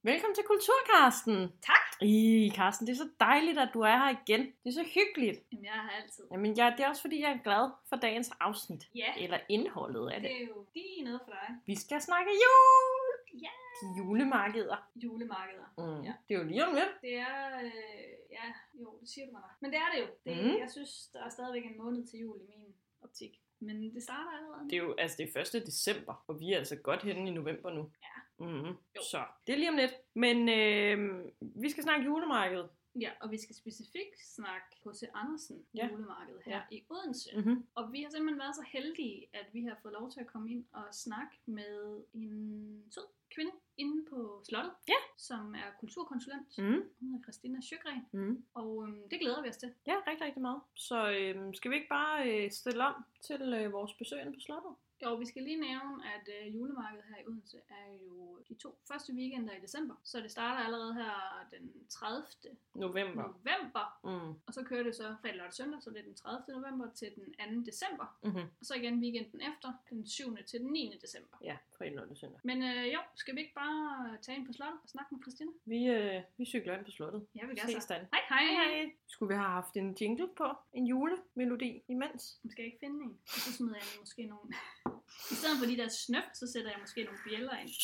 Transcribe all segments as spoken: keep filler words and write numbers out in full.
Velkommen til Kulturkarsten. Tak. I Karsten, det er så dejligt, at du er her igen. Det er så hyggeligt. Jamen, jeg er her altid. Jamen, ja, det er også fordi, jeg er glad for dagens afsnit. Ja. Eller indholdet af det. Det er jo lige noget for dig. Vi skal snakke jul! Ja. De julemarkeder. Julemarkeder. Mm. Ja. Det er jo lige om lidt. Det er, øh, ja, jo, det siger du mig nok. Men det er det jo. Det, Mm. Jeg synes, der er stadigvæk en måned til jul i min optik. Men det starter allerede. Det er jo altså det er første december, og vi er altså godt henne i november nu. Ja. Mm-hmm. Så det er lige om lidt. Men øh, vi skal snakke julemarked. Ja, og vi skal specifikt snakke H C Andersen Ja. julemarked her Ja. i Odense. Mm-hmm. Og vi har simpelthen været så heldige, at vi har fået lov til at komme ind og snakke med en sød kvinde inde på slottet, Ja. som er kulturkonsulent. Mm. Hun hedder Christina Sjøgren, Mm. og øhm, det glæder vi os til. Ja, rigtig, rigtig meget. Så øh, skal vi ikke bare øh, stille om til øh, vores besøgende på slottet? Jo, vi skal lige nævne, at øh, julemarkedet her i Odense er jo de to første weekender i december. Så det starter allerede her den tredivte November. november, Mm. og så kører det så fredag, lørdag, søndag, så det er den tredivte november til den anden december. Mm-hmm. Og så igen weekenden efter, den syvende til den niende december. Ja, fredag, lørdag, søndag. Men øh, jo, skal vi ikke bare tage ind på slottet og snakke med Christina? Vi, øh, vi cykler ind på slottet. Ja, vi gør Ses så. dan. Hej, hej, hej. Skulle vi have haft en jingle på? En julemelodi imens? Nu skal jeg ikke finde en. Og så smider jeg måske nogle... I stedet for de der snøft, så sætter jeg måske nogle bjælder ind.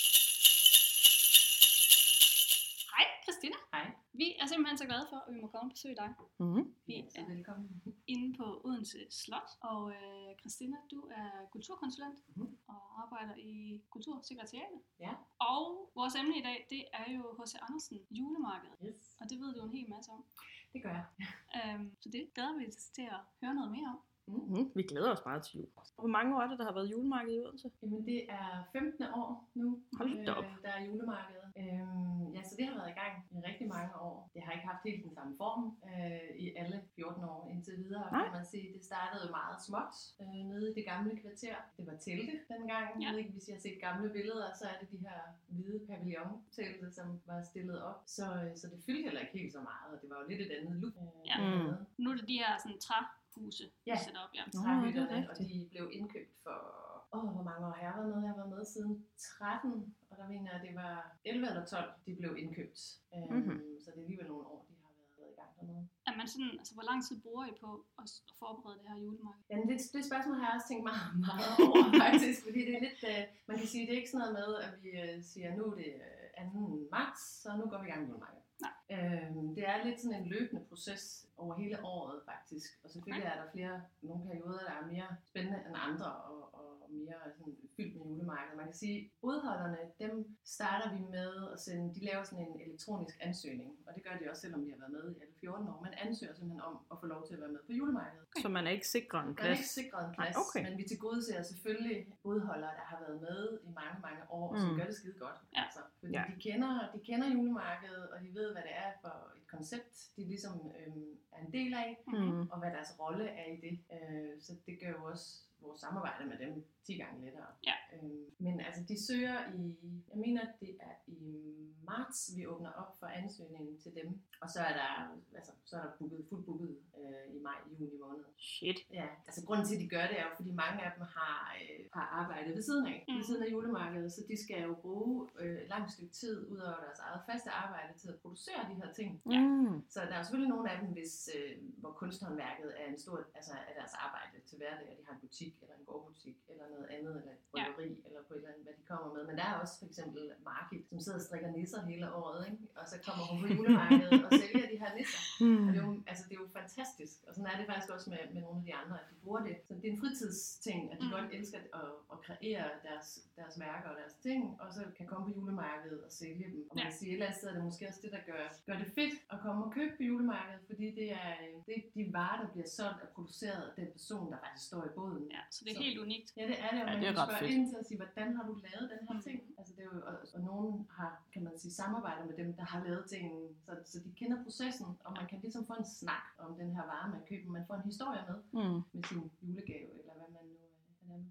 Hej, Christina. Hej. Vi er simpelthen så glade for, at vi må komme og besøge dig. Mm-hmm. Vi Så er velkommen. inde på Odense Slot, og øh, Christina, du er kulturkonsulent Mhm. og arbejder i Kultursekretariatet. Ja. Og vores emne i dag, det er jo H C Andersen julemarked, Yes. og det ved du en hel masse om. Det gør jeg. Øhm, så det glæder vi os til at høre noget mere om. Mm-hmm. Vi glæder os meget til jul. Hvor mange år er det, der har været julemarked i Odense? Jamen det er femtende år nu, Hold da op. øh, der er julemarkedet. Øhm, ja, så det har været i gang i rigtig mange år. Det har ikke haft helt den samme form øh, i alle fjorten år indtil videre, Nej. kan man sige. Det startede jo meget småt øh, nede i det gamle kvarter. Det var telte dengang. Ja. Jeg ved ikke, hvis I har set gamle billeder, så er det de her hvide pavillon-telte, som var stillet op. Så, øh, så det fyldte heller ikke helt så meget, og det var jo lidt et andet look. Øh, Ja. det Mm. havde. Nu er det de her sådan træhuse, Ja. vi sætter op, ja. Nå, Træhytterne, det er og rigtigt. de blev indkøbt for, åh, hvor mange år har jeg været med? Jeg har været med siden tretten, og der mener jeg, at det var elleve eller tolv, de blev indkøbt. Øhm, Mhm. Så det er alligevel nogle år, de har været i gang dernede. Er man sådan, altså, hvor lang tid bruger I på at s- at forberede det her julemarked? Ja, det, det spørgsmål har jeg også tænkt meget, meget over, faktisk, fordi det er lidt, øh, man kan sige, det er ikke sådan noget med, at vi øh, siger, nu er det øh, anden marts, så nu går vi i gang med julemarkedet. Nej. Øhm, det er lidt sådan en løbende proces over hele året, faktisk. Og selvfølgelig er der flere, nogle perioder, der er mere spændende end andre, og, og mere sådan fyldt med julemarked. Man kan sige, udholderne, dem starter vi med at sende, de laver sådan en elektronisk ansøgning, og det gør de også, selvom de har været med i alle fjorten år. Man ansøger simpelthen om at få lov til at være med på julemarkedet. Så man er ikke sikret en Man er plads? ikke sikret en plads, Nej, okay. men vi tilgodeser selvfølgelig udholdere, der har været med i mange, mange år, Mm. som gør det skide godt. Ja. Altså, fordi Ja. de, kender, de kender julemarkedet, og de ved, hvad det er for et koncept, de ligesom øhm, er en del af, Mm. og hvad deres rolle er i det. Øh, så det gør jo også vores samarbejde med dem ti gange lettere. Ja. Øhm, men altså, de søger i, jeg mener, det er i marts, vi åbner op for ansøgningen til dem. Og så er der, altså, så er der booket, fuldt booket øh, i maj, juni måned. Shit. Ja, altså grunden til, at de gør det, er jo, fordi mange af dem har, øh, har arbejdet ved siden af, Mm. ved siden af julemarkedet, så de skal jo bruge øh, et langt stykke tid ud over deres eget faste arbejde til at producere de her ting. Ja. Mm. Så der er jo selvfølgelig nogle af dem, hvis, øh, hvor kunsthåndværket er en stor, altså er deres arbejde til hverdag, og de har en butik, eller en gårdbutik, eller noget andet, eller et bryggeri, ja. eller på et eller andet, hvad de kommer med. Men der er også for eksempel Margit, som sidder og strikker nisser hele året, ikke? Og så kommer hun på julemarkedet og sælger de her nisser. Mm. Og det er, jo, altså, det er jo fantastisk, og sådan er det faktisk også med, med nogle af de andre, at de bruger det. Så det er en fritidsting, at de Mm. mm. godt elsker at, at kreere deres, deres mærker og deres ting, og så kan komme på julemarkedet og sælge dem. Og man Ja. kan sige, et eller andet sted er det måske også det, der gør, gør det fedt at komme og købe på julemarkedet, fordi det er, det er de varer, der bliver solgt og produceret af den person, der faktisk står i båden. Ja, så det er Så- helt unikt. Ja, det er det, og Ja, man det er kan ret spørge fedt. ind til at sige, hvordan har du lavet den her Mhm. ting? Altså det er jo, og, og nogen har, kan man sige, samarbejder med dem, der har lavet tingene, så, så de kender processen, og man kan ligesom få en snak om den her vare, man køber. Man får en historie med, Mm. med sin julegave, eller hvad man nu hvad det er, man køber.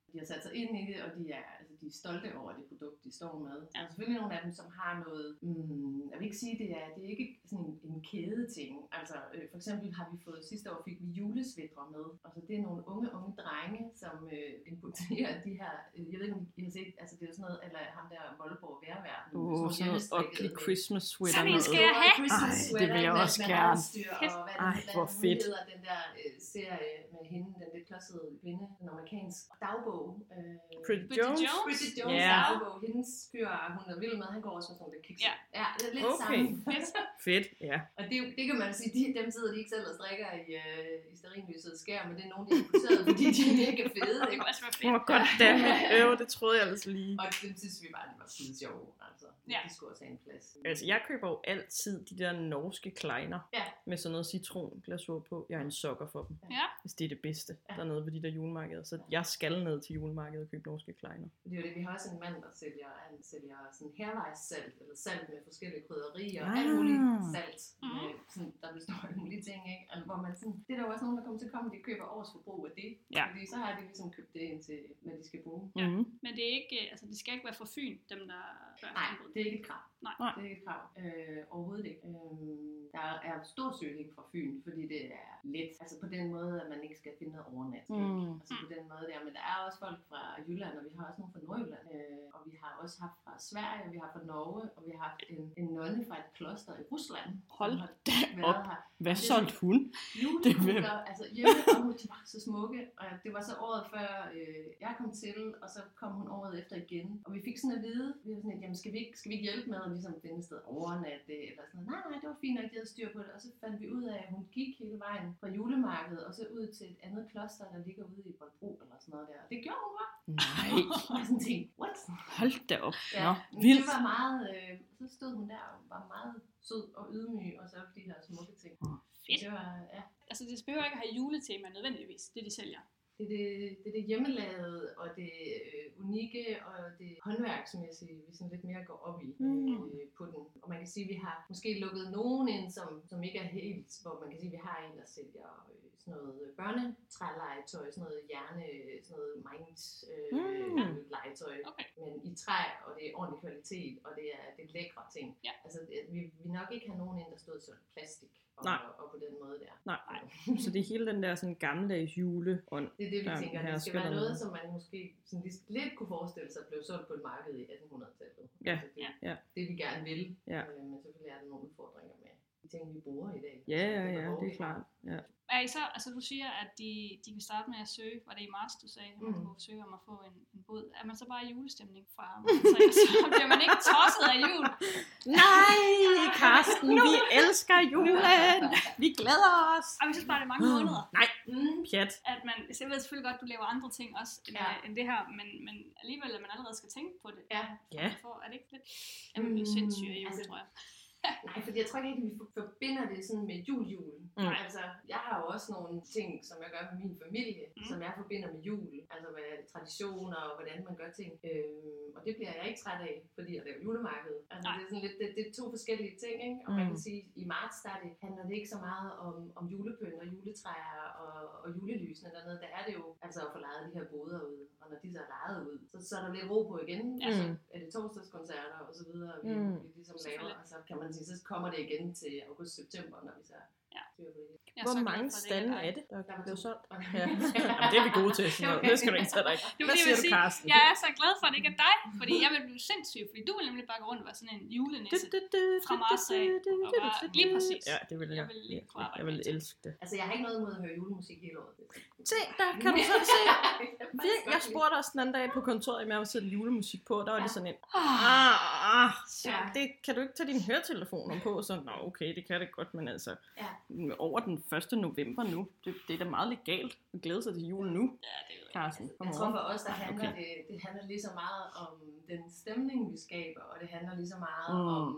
De har sat sig ind i det, og de er, altså, de er stolte over det produkt, de står med. Der er selvfølgelig nogle af dem, som har noget, mm, jeg vil ikke sige, det er, det er ikke sådan en, en kædeting. Altså, øh, for eksempel har vi fået, sidste år fik vi julesvætre med. Altså, det er nogle unge, unge drenge, som øh, importerer de her, øh, jeg ved ikke, om I har set, altså det er sådan noget, eller ham der Voldborg Værverden. Åh, oh, sådan noget ugly Christmas sweater. Sådan en skal jeg have. Ej, det vil jeg også gerne. Og hvad Ej, hvor fedt. hedder den der øh, serie med hende, den lidt klodsede kvinde, den amerikansk dagbog. Øh, Pretty Bridget Jones? Jones? Bridget Jones Ja. dagbog. Hendes fyr, hun er vild med, han går også med sådan nogle lidt kikser. Ja. Ja, det er lidt Okay. samme. Fedt, ja. Og det, det kan man sige, de, dem sidder de ikke selv og strikker i, øh, i stearinlyset skær, men det er nogen, de har importeret, fordi de er mega fede. Det Ikke? kunne også være Åh, fedt. oh, goddammit. Øv, det troede jeg altså lige. Og dem synes vi bare, de var skide sjove. Altså, Ja. de skulle også have en plads. Altså, jeg køber jo altid de der norske kleiner Ja. med sådan noget citronglasur på. Jeg er en sokker for dem, Ja. hvis det er det bedste Ja. dernede ved de der julemarkeder. Så jeg skal ned til julemarkedet og købe norske kleiner. Det er jo det, vi har også en mand, der sælger, han sælger sådan hervejssalt, eller salt med forskellige krydderier, og Ah. alt muligt salt, Mhm. med, sådan, der består af mulige ting, ikke? Altså, hvor man sådan, det er der jo også nogen, der kommer til at komme, de køber års forbrug af det, Ja. fordi så har de ligesom købt det ind til, hvad de skal bruge. Ja. Mm-hmm. Men det er ikke, altså det skal ikke være for Fyn, dem der gør Nej, anbud. det er ikke et krav. Nej. Det er ikke et krav. Øh, overhovedet ikke. Øh, der er stor søgning fra Fyn, fordi det er let. Altså på den måde, at man ikke skal finde noget overnat. Mm. Altså på den måde der. Men der er også folk fra Jylland, og vi har også nogle fra Nordjylland. Øh, og vi har også haft fra Sverige, og vi har fra Norge, og vi har haft en, en nonne fra et kloster i Rusland. Hold som har da været op. her. Hvad Det er solgte hun? Julekugler, altså hjemme, og hun, de var så smukke, og det var så året før øh, jeg kom til, og så kom hun året efter igen, og vi fik sådan at vide, vi var sådan, at, jamen skal vi ikke, skal vi ikke hjælpe med at ligesom finde et sted overnatte, eller sådan noget. Nej, nej, det var fint, at de havde styr på det, og så fandt vi ud af, at hun gik hele vejen fra julemarkedet, og så ud til et andet kloster, der ligger ude i Bolbro, eller sådan noget der, og det gjorde hun bare. Nej. Og jeg sådan tænkte, what? Hold da op. Ja, Nå, men vildt. det var meget, øh, så stod hun der og var meget sød og ydmyg, og så de her smukke ting. Fedt. Det var, ja. Altså det behøver ikke at have juletema nødvendigvis, det de sælger. Det er det, det, er det hjemmelavede, og det øh, unikke, og det håndværksmæssige, vi sådan lidt mere går op i Mm. øh, på den. Og man kan sige, at vi har måske lukket nogen ind, som, som ikke er helt, hvor man kan sige, at vi har en, der sælger øh, sådan noget børnetrællegetøj, sådan noget hjerne, sådan noget mind øh, Mm. legetøj, Okay. men i træ, og det er ordentlig kvalitet, og det er, det er lækre ting. Ja. Altså, det, vi vi nok ikke have nogen ind, der stod sådan plastik. Og, Nej. og, og på den måde der. Nej. Så det er hele den der sådan gammeldags juleånd. Det er det, vi der tænker. Det hersker skal være dernede. noget, som man måske sådan lige lidt kunne forestille sig blev solgt på et marked i attenhundredetallet. Ja, Altså det, ja. det vi gerne vil. Ja. Øh, men selvfølgelig er der nogle udfordringer med de ting, vi bruger i dag. Ja, ja, Altså, ja, behov, det vi er klart. har. Ja. Er I så, altså du siger, at de, de kan starte med at søge, var det i marts, du sagde, at man Mm. kunne søge om at få en, en båd. Er man så bare i julestemning fra marts, så bliver man ikke tosset af jul? Nej, Karsten, vi elsker julen. Vi glæder os. Og vi synes bare, det er mange måneder. Nej, Mm. pjat. At man, så jeg ved selvfølgelig godt, at du laver andre ting også end, Ja. ja. end det her, men, men alligevel, at man allerede skal tænke på det. Ja. Ja. For, er det ikke lidt? Jamen, vi er sindssyge af jul, altså, tror jeg. Nej, fordi jeg tror ikke, at vi forbinder det sådan med jul-jul. Mm. Altså, jeg har jo også nogle ting, som jeg gør med min familie, Mm. mm. som jeg forbinder med jul. Altså med traditioner og hvordan man gør ting. Øhm, og det bliver jeg ikke træt af, fordi jeg laver julemarked. Altså, Nej. det er sådan lidt, det, det er to forskellige ting, ikke? Og Mm. man kan sige, at i marts der er det, handler det ikke så meget om, om julepynt og juletræer og, og julelysene dernede. Der er det jo altså at få lejet de her boder ud. Og når de så er lejet ud, så, så er der lidt ro på igen. Ja. Og så Mm. er det torsdagskoncerter og så videre, vi, Mm. vi ligesom laver. Selvfølgelig. Og så kan man sige, så kommer det igen til august-september, når vi så Ja. styrer på det. Jeg er Hvor så glad mange for, at det stande ikke er det, der Der var blev to. solgt? Ja. Jamen, det er vi gode til. Sådan noget. Det skal du ikke tage dig. Det var Hvad det, jeg siger vil du, sige. Karsten? Jeg er så glad for, at det ikke er dig, fordi jeg vil blive sindssyg, fordi du vil nemlig bare gå rundt og være sådan en julenisse. Fra Mars af, og bare- lige præcis. Ja, det vil jeg. Jeg vil lige kunne arbejde Jeg vil med det. elske det. Altså, jeg har ikke noget imod at høre julemusik hele året. Se, der kan du så se. Det, Jeg spurgte også den anden dag på kontoret, om jeg ville sætte julemusik på. Der var det Ja. sådan en, Ah, ah, ah, Ja. det kan du ikke tage dine høretelefoner på. Så, nå okay, det kan det godt, men altså, Ja. over den første november nu, det, det er da meget legalt at glæde sig til jul nu, Ja, det ved jeg. Karsten. Kom Jeg tror over. for os, der handler Okay. det, det handler lige så meget om den stemning, vi skaber, og det handler lige så meget Mm. om,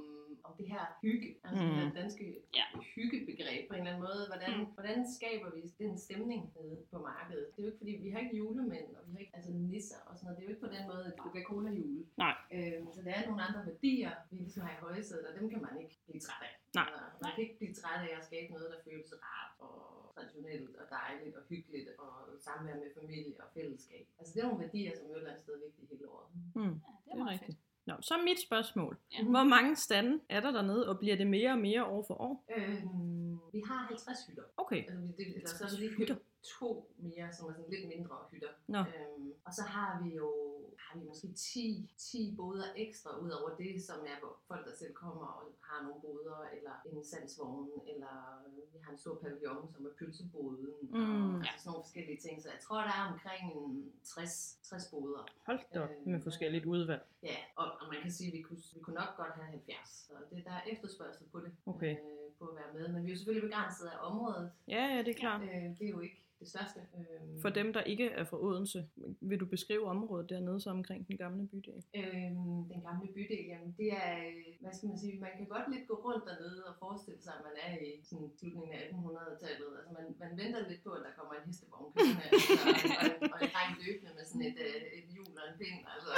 om det her hygge, altså Mm. det her danske Ja. hyggebegreb på en eller anden måde. Hvordan, Mm. hvordan skaber vi den stemning nede på markedet? Det er jo ikke fordi, vi har ikke julemænd, og vi har ikke altså nisser og sådan noget. Det er jo ikke på den måde et Coca-Cola-jule. Nej. Øhm, så der er nogle andre værdier, vi ligesom har i højsædet, og dem kan man ikke blive træt af. Nej. Altså, man kan ikke blive træt af at skabe noget, der føles rart og traditionelt og dejligt og hyggeligt og samvær med familie og fællesskab. Altså det er nogle værdier, som jo et eller andet sted er vigtige hele året. Mm. Ja, det Det er er meget rigtigt. fedt. Nå, så er mit spørgsmål. Ja. Hvor mange stande er der dernede, og bliver det mere og mere år for år? Øhm, vi har halvtreds hytter. Okay. Altså, vi, det, eller så har vi lige Hytter? købt to mere, som er sådan lidt mindre hytter. Nå. Øhm, og så har vi jo har vi måske ti, ti boder ekstra ud over det, som er hvor folk, der selv kommer og har nogle boder, eller en salgsvogn, eller vi har en stor pavillon, som er pølseboden, Mm. og altså sådan nogle forskellige ting. Så jeg tror, der er omkring en tres, tres boder. Hold da op, med forskelligt udvalg. Ja, og, og man kan sige, at vi kunne, vi kunne nok godt have halvfjerds. Så det, der er efterspørgsel på det, Okay. øh, på at være med. Men vi er jo selvfølgelig begrænset af området. Ja, ja, det er klart. Øh, det er jo ikke det største. Øh, For dem, der ikke er fra Odense, vil du beskrive området dernede så omkring den gamle bydel? Øhm, den gamle bydel, jamen det er, øh, hvad skal man sige, man kan godt lidt gå rundt dernede og forestille sig, at man er i sådan, slutningen af attenhundredetallet. Altså man, man venter lidt på, at der kommer en hestevogn kørende, altså, og, og, og en dreng løbende med sådan et, øh, et hjul og en pind. Altså.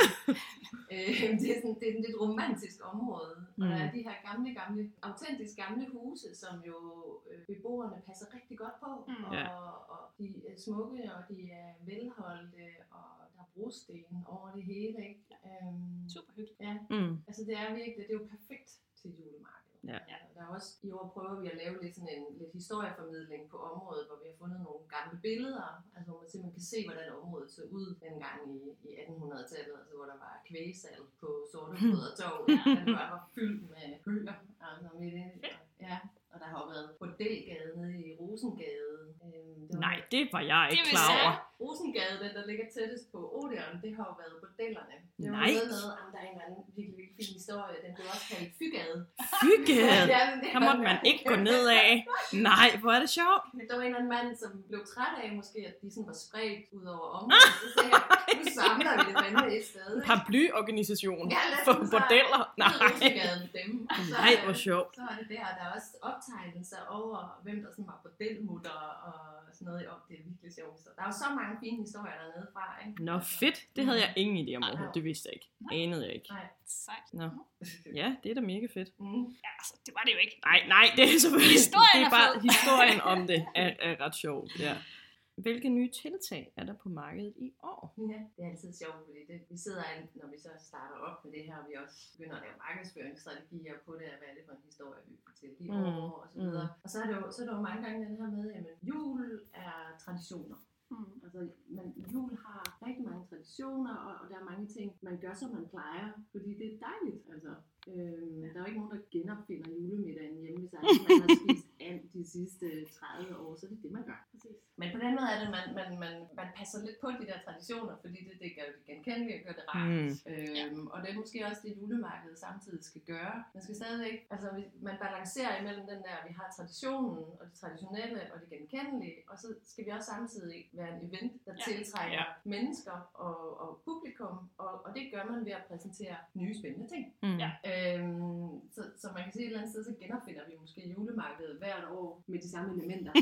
øh, det, er sådan, det er sådan et romantisk område, og der er de her gamle, gamle, autentisk gamle huse, som jo øh, beboerne passer rigtig godt på, Mm. og, Ja. og de er smukke, og de er velholdte, og der er brosten over det hele, ikke? Øhm, Super hyggeligt. ja, Mm. altså det er virkelig, det er jo perfekt til julemarkedet. Ja. Ja, der er også, i år prøver vi at lave lidt sådan en lidt historieformidling på området, hvor vi har fundet nogle gamle billeder, altså hvor man simpelthen kan se, hvordan området så ud dengang i, i attenhundredetallet, altså hvor der var kvægsal på Sortebrød og Torv, ja, det var, var fyldt med køer, altså midt inde. Ja, og der har jo været bordelgade nede i Rosengade. Øhm, det var Nej, det var jeg ikke Det klar vidste over. Rosengade, den der ligger tættest på Odeon, det har jo været bordellerne. Det var Nej. noget med, at der er en eller anden virkelig, virkelig fin historie. Den blev også kaldt Fygade. Fygade! Ja, men det Der måtte man ikke gå ned af. Nej, hvor er det sjovt. Der var en eller anden mand, som blev træt af måske, at de sådan var spredt ud over området. Så sagde jeg, nu samler vi det fandme et sted. ikke? Paraplyorganisation Ja, lad os for nu så- bordeller. Så er Nej. Rosengaden dem. Og så, Nej, øh, hvor sjovt. Så er det der, der er også optegnelser over, hvem der sådan var bordelmutter og sådan noget. Og det er virkelig sjovt. Så der er jo så mange fine historier dernede fra, ikke? Nå, fedt. Det havde jeg ingen idé om Nej. overhovedet. Det vidste jeg ikke. Anede jeg ikke. Nej. Sejt. Nå. Ja, det er da mega fedt. Mm. Ja, altså, det var det jo ikke. Nej, nej, det er selvfølgelig... Historien det er er bare fed. historien om det er, er ret sjovt. Ja. Hvilke nye tiltag er der på markedet i år? Ja, det er altid sjovt, fordi det, vi sidder, når vi så starter op med det her, og vi også begynder at lave markedsføringsstrategier på det, hvad er det for en historie, vi vil fortælle i Mm, år, og så videre. Og så er, det jo, så er det jo mange gange den her med, jamen jul er traditioner. Mm. Altså, man, jul har rigtig mange traditioner, og, og der er mange ting, man gør, som man plejer, fordi det er dejligt. Altså, øhm, der er jo ikke nogen, der genopfinder julemiddagen hjemme, hvis aldrig man har spist and de sidste tredive år, så er det det, man gør. Præcis. Men på den måde er det, man, man, man, man passer lidt på de der traditioner, fordi det, det gør det genkendeligt og gør det rart. Mm. Øhm, og det er måske også det, julemarkedet samtidig skal gøre. Man skal stadigvæk, altså man balancerer imellem den der, vi har traditionen og det traditionelle og det genkendelige, og så skal vi også samtidig være en event, der Ja. tiltrækker Ja. mennesker og, og publikum, og, og det gør man ved at præsentere nye spændende ting. Mm. Ja. Øhm, så, så man kan sige et eller andet sted, så genopfinder vi måske julemarkedet hvert år med de samme elementer.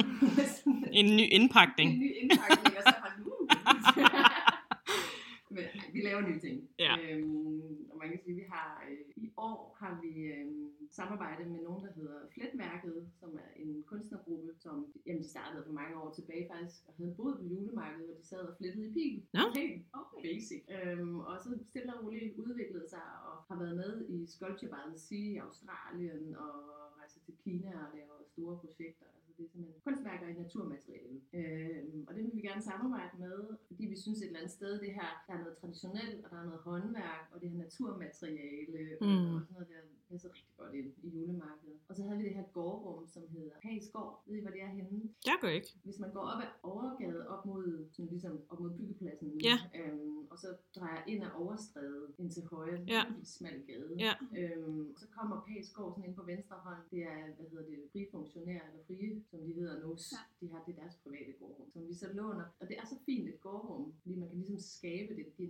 En ny indpakning. En ny indpakning, og så har nu. Men vi laver nye ting. Ja. Øhm, og man kan sige, at vi har, øh, i år har vi øh, samarbejdet med nogen, der hedder Fletværket, som er en kunstnergruppe, som jamen, de startede for mange år tilbage faktisk, og havde boet på julemarkedet, hvor de sad og flettede i pil. Nå. Helt basic. Øhm, og så stille og roligt udviklede sig, og har været med i Sculpture by the Sea i Australien, og rejser til Kina og laver store projekter. Det er simpelthen kunstværker i naturmateriale. Øhm, og det vil vi gerne samarbejde med, fordi vi synes et eller andet sted, det her, der er noget traditionelt, og der er noget håndværk, og det her naturmateriale, Mm. og sådan noget der passer rigtig godt ind i julemarkedet. Og så havde vi det her gårdrum, som hedder Hags Gård. Ved I, hvor det er henne? Jeg gør ikke. Hvis man går op ad Overgade, op mod, sådan ligesom, op mod byggepladsen nu, Ja. øhm, og så drejer ind ad Overstræde ind til højre, Ja. en smal gade. Ja. Øhm, så kommer Pags Gård sådan ind på venstre hånd. Det er, hvad hedder det, frie funktionærer, eller frie, som de hedder nu. Ja. De har det deres private gårdrum, som vi så låner. Og det er så fint et gårdrum, fordi man kan ligesom skabe det, den, den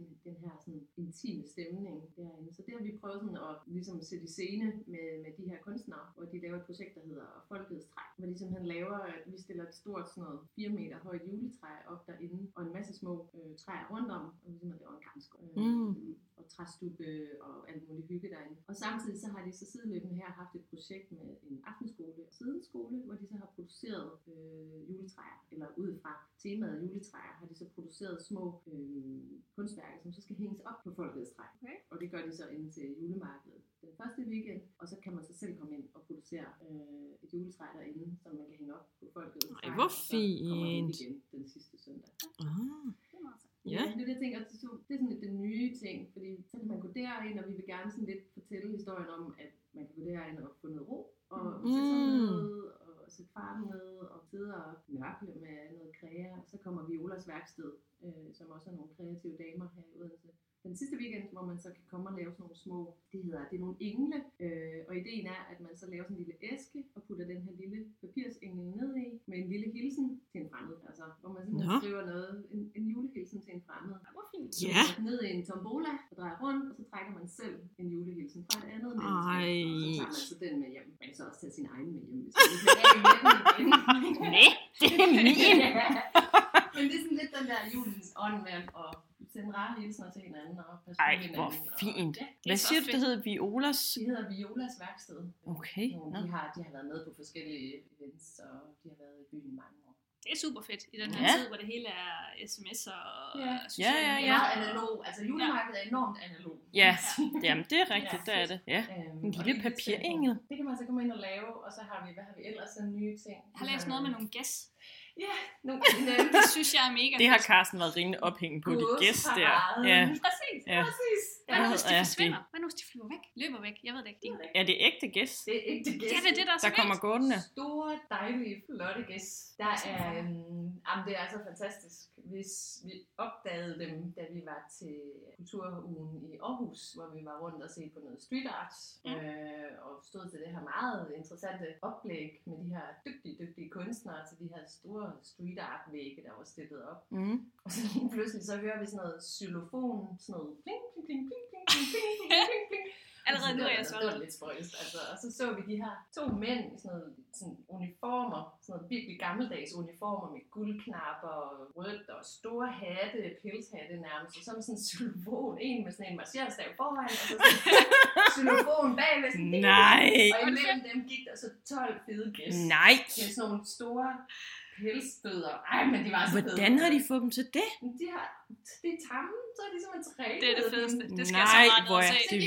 her sådan intime stemning derinde. Så det har vi prøvet sådan at ligesom sætte i scene med, med de her kunstnere, hvor de laver et projekt, der hedder Folkets Træ, hvor de simpelthen laver, at vi stiller et stort sådan noget fire meter højt juletræ op derinde, og en masse små øh, træer rundt om, og vi simpelthen laver en granskov. Øh, mm. og træstube og alt muligt hygge derinde. Og samtidig så har de så sideløbende her haft et projekt med en aftenskole og sidenskole, hvor de så har produceret øh, juletræer, eller ud fra temaet juletræer, har de så produceret små øh, kunstværker, som så skal hænges op på Folkets Træ. Okay. Og det gør de så ind til julemarkedet den første weekend, og så kan man så selv komme ind og producere øh, et juletræ derinde, som man kan hænge op på Folkets Træ. Ej, hvor fint! Og så kommer ind igen den sidste søndag. Ah. Ja, det er det, jeg tænker, det er sådan lidt den nye ting, fordi så kan man gå derind, og vi vil gerne sådan lidt fortælle historien om, at man kan gå derind og få noget ro, og mm. sætte sig ned, og sætte farten ned, og sidde og nørkle med noget kræa, og så kommer Violas værksted, øh, som også er nogle kreative damer her i Odense. Den sidste weekend, hvor man så kan komme og lave sådan nogle små, det hedder, det er nogle engle, øh, og ideen er, at man så laver sådan en lille æske, og putter den her lille papirsengle ned i, med en lille hilsen til en fremmed, altså, hvor man simpelthen Nå. skriver noget, en, en julehilsen til en fremmed. Hvor fint. Så ja. man ned i en tombola, og drejer rundt, og så trækker man selv en julehilsen fra et andet menneske, Ej. og så tager man så den med hjem. Man kan så også tage sin egen med hjem, hvis man vil have med den igen. Nej, det er min! Ja. Men det er sådan lidt den der julens åndværk, og sende rare hilsner til hinanden og passe på hinanden. Ej, hvor fint. Og, ja, hvad siger du, det hedder Violas? Det hedder Violas værksted. Okay. Nogle, de, har, de har været med på forskellige events, og de har været i byen mange år. Det er super fedt i den her ja. tid, hvor det hele er sms'er og ja. sociale ja, ja, ja. ja. Meget analog. Altså julemarkedet er enormt analog. Ja, jamen det er rigtigt, ja, det er det. Ja. Øhm, en lille papirengel. Det kan man så komme ind og lave, og så har vi, hvad har vi ellers af nye ting? Jeg har læst noget med nogle gæs. Ja, nogle det synes jeg er mega Det har Carsten været rimelig ophængt på, de gæst der. Ja. Præcis, ja. præcis. Hvad nu, hvis de forsvinder? Hvad nu, hvis de flyver væk? Løber væk? Jeg ved det ikke. De... Er det ægte gæst? Det er ægte gæst. Ja, det er det, der er så Der kommer gårdene. Store, dejlige, flotte gæst. Der er, um, jamen, det er altså fantastisk. Hvis vi opdagede dem, da vi var til Kulturugen i Aarhus, hvor vi var rundt og se på noget street art, ja. øh, og stod til det her meget interessante oplæg med de her dygtige, dygtige kunstnere til de her store street art vægge, der var stillet op. Mm. Og så lige pludselig så hører vi sådan noget xylofon, sådan noget pling, pling, pling, pling, pling, pling, pling, pling, pling, pling. Allerede nu er jeg så. Det var lidt spøjst, altså. Og så så vi de her to mænd i sådan noget sådan uniformer, sådan noget virkelig gammeldags uniformer med guldknapper og rødt og store hatte, pelshatte nærmest, og så med sådan en xylofon, en med sådan en marcherstav foran, og så sådan en xylofon bagved. Nej! Og imellem dem gik der så tolv fede gæster. Nej! Med sådan nogle store pelsstøder. Ej, men de var så fede. Hvordan har de fået dem til det? De har, de er tamme, så er de simpelthen trænet. Det er det fedeste. Det skal Nej, jeg så hvor meget er se. det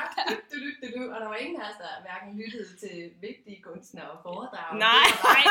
vildt. Og der var ingen af os, der hverken lyttede til vigtige kunstnere og foredrag. Nej.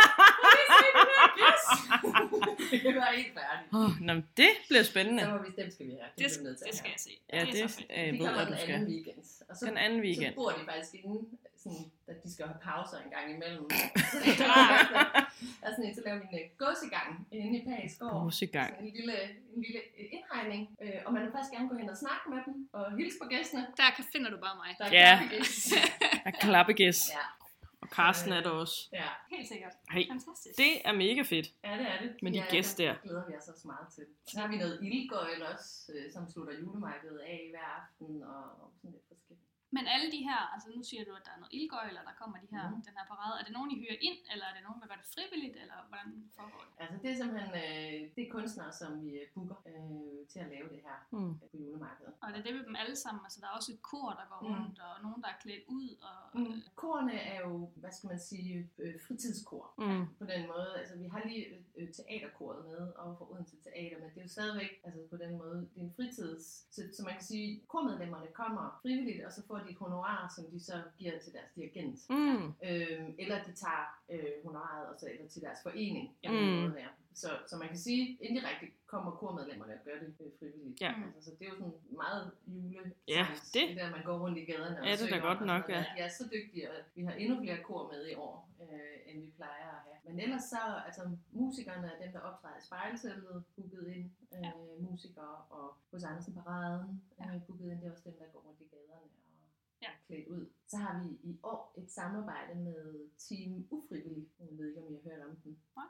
Det var helt færdigt. Oh, nå, det bliver spændende. Så må vi, dem skal vi have. Det, det, det skal jeg se. Ja, det, det er jeg ved, at du skal. Weekend. Og så, den anden weekend. Så bor de faktisk inde, sådan, at de skal have pauser en gang imellem. Altså, så laver vi en gåsegang inde i Pagskov. Gåsegang. En lille, en lille indhegning. Øh, og man vil faktisk gerne gå hen og snakke med dem og hilse på gæstene. Der kan finder du bare mig. Der er ja. klappegæst. Der er klappegæst. Ja. Og Carsten er der også. Ja. Helt sikkert. Hey. Fantastisk. Det er mega fedt. Ja, det er det. Med de ja, gæster der. Det glæder vi os også meget til. Så har vi noget ildgøjl også, øh, som slutter julemarkedet af hver aften og, og sådan lidt forskelligt. Men alle de her, altså nu siger du, at der er noget ildgøjl, og der kommer de her, mm. den her parade. Er det nogen, I hyrer ind, eller er det nogen, der gør det frivilligt, eller hvordan foregår det? Altså det er simpelthen, øh, det er kunstnere, som vi booker øh, til at lave det her mm. på julemarkedet. Og det er det med dem alle sammen, altså der er også et kor, der går rundt, mm. og nogen, der er klædt ud. Og, mm. Korene er jo, hvad skal man sige, øh, fritidskor mm. på den måde. Altså vi har lige øh, teaterkoret med over for Odense Teater, men det er jo stadigvæk, altså på den måde, det er en fritids, så, så man kan sige, kormedlemmerne kommer frivilligt, og så får de et honorar, som de så giver til deres dirigent. Mm. Øhm, eller de tager øh, honoraret og så eller til deres forening. Mm. Så, så man kan sige, indirekte kommer kormedlemmerne og gør det øh, frivilligt. Ja. Altså, så det er jo sådan meget jule. Ja, det. Det der, man går rundt i gaderne og ja, det er da godt nok, ja. De er så dygtige, og vi har endnu flere kor med i år, øh, end vi plejer at have. Men ellers så, altså musikerne er dem, der optræder i spejlsælget, booket ind. Øh, ja. Musikere og hos Andersen Paraden, øh, booket ind. Det er også dem, der går rundt i gaderne. Ja. Klædt ud. Så har vi i år et samarbejde med Team Ufrivillig. Jeg ved ikke, om I har hørt om dem. Nej, har du?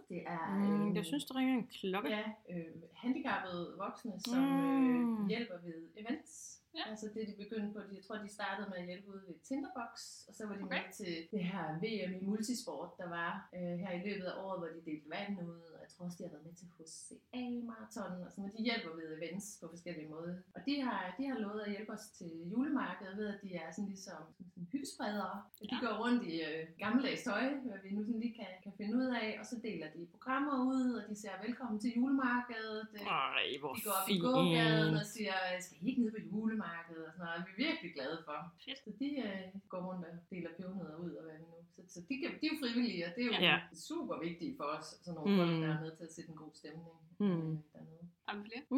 Det er... Mm, øh, jeg synes, der ringer en klokke. Ja, øh, handicappede voksne, som Mm. øh, hjælper ved events. Ja. Altså det, de begyndte på, de, jeg tror, de startede med at hjælpe ude ved Tinderbox, og så var de Okay. med til det her V M i multisport, der var øh, her i løbet af året, hvor de delte vand ud, og jeg tror også, de har været med til H C A-marathon, og sådan, og de hjælper ved events på forskellige måder. Og de har, de har lovet at hjælpe os til julemarkedet ved, at de er sådan ligesom sådan, sådan hyggespredere. De Ja. går rundt i øh, gammeldags tøj, hvad vi nu sådan lige kan, kan finde ud af, og så deler de programmer ud, og de siger velkommen til julemarkedet. Ej, hvor De går op i gågaden og fint. siger, skal I ikke ned på julemarkedet og sådan noget. Vi er virkelig glade for. Fedt. Så de øh, går rundt og deler pebernødder ud og hvad vi nu. Så, så de, kan, de er jo frivillige, og det er jo Ja. super vigtigt for os. Sådan nogle Mm. folk, der er med til at sætte en god stemning Mm. øh, dernede. Har vi flere?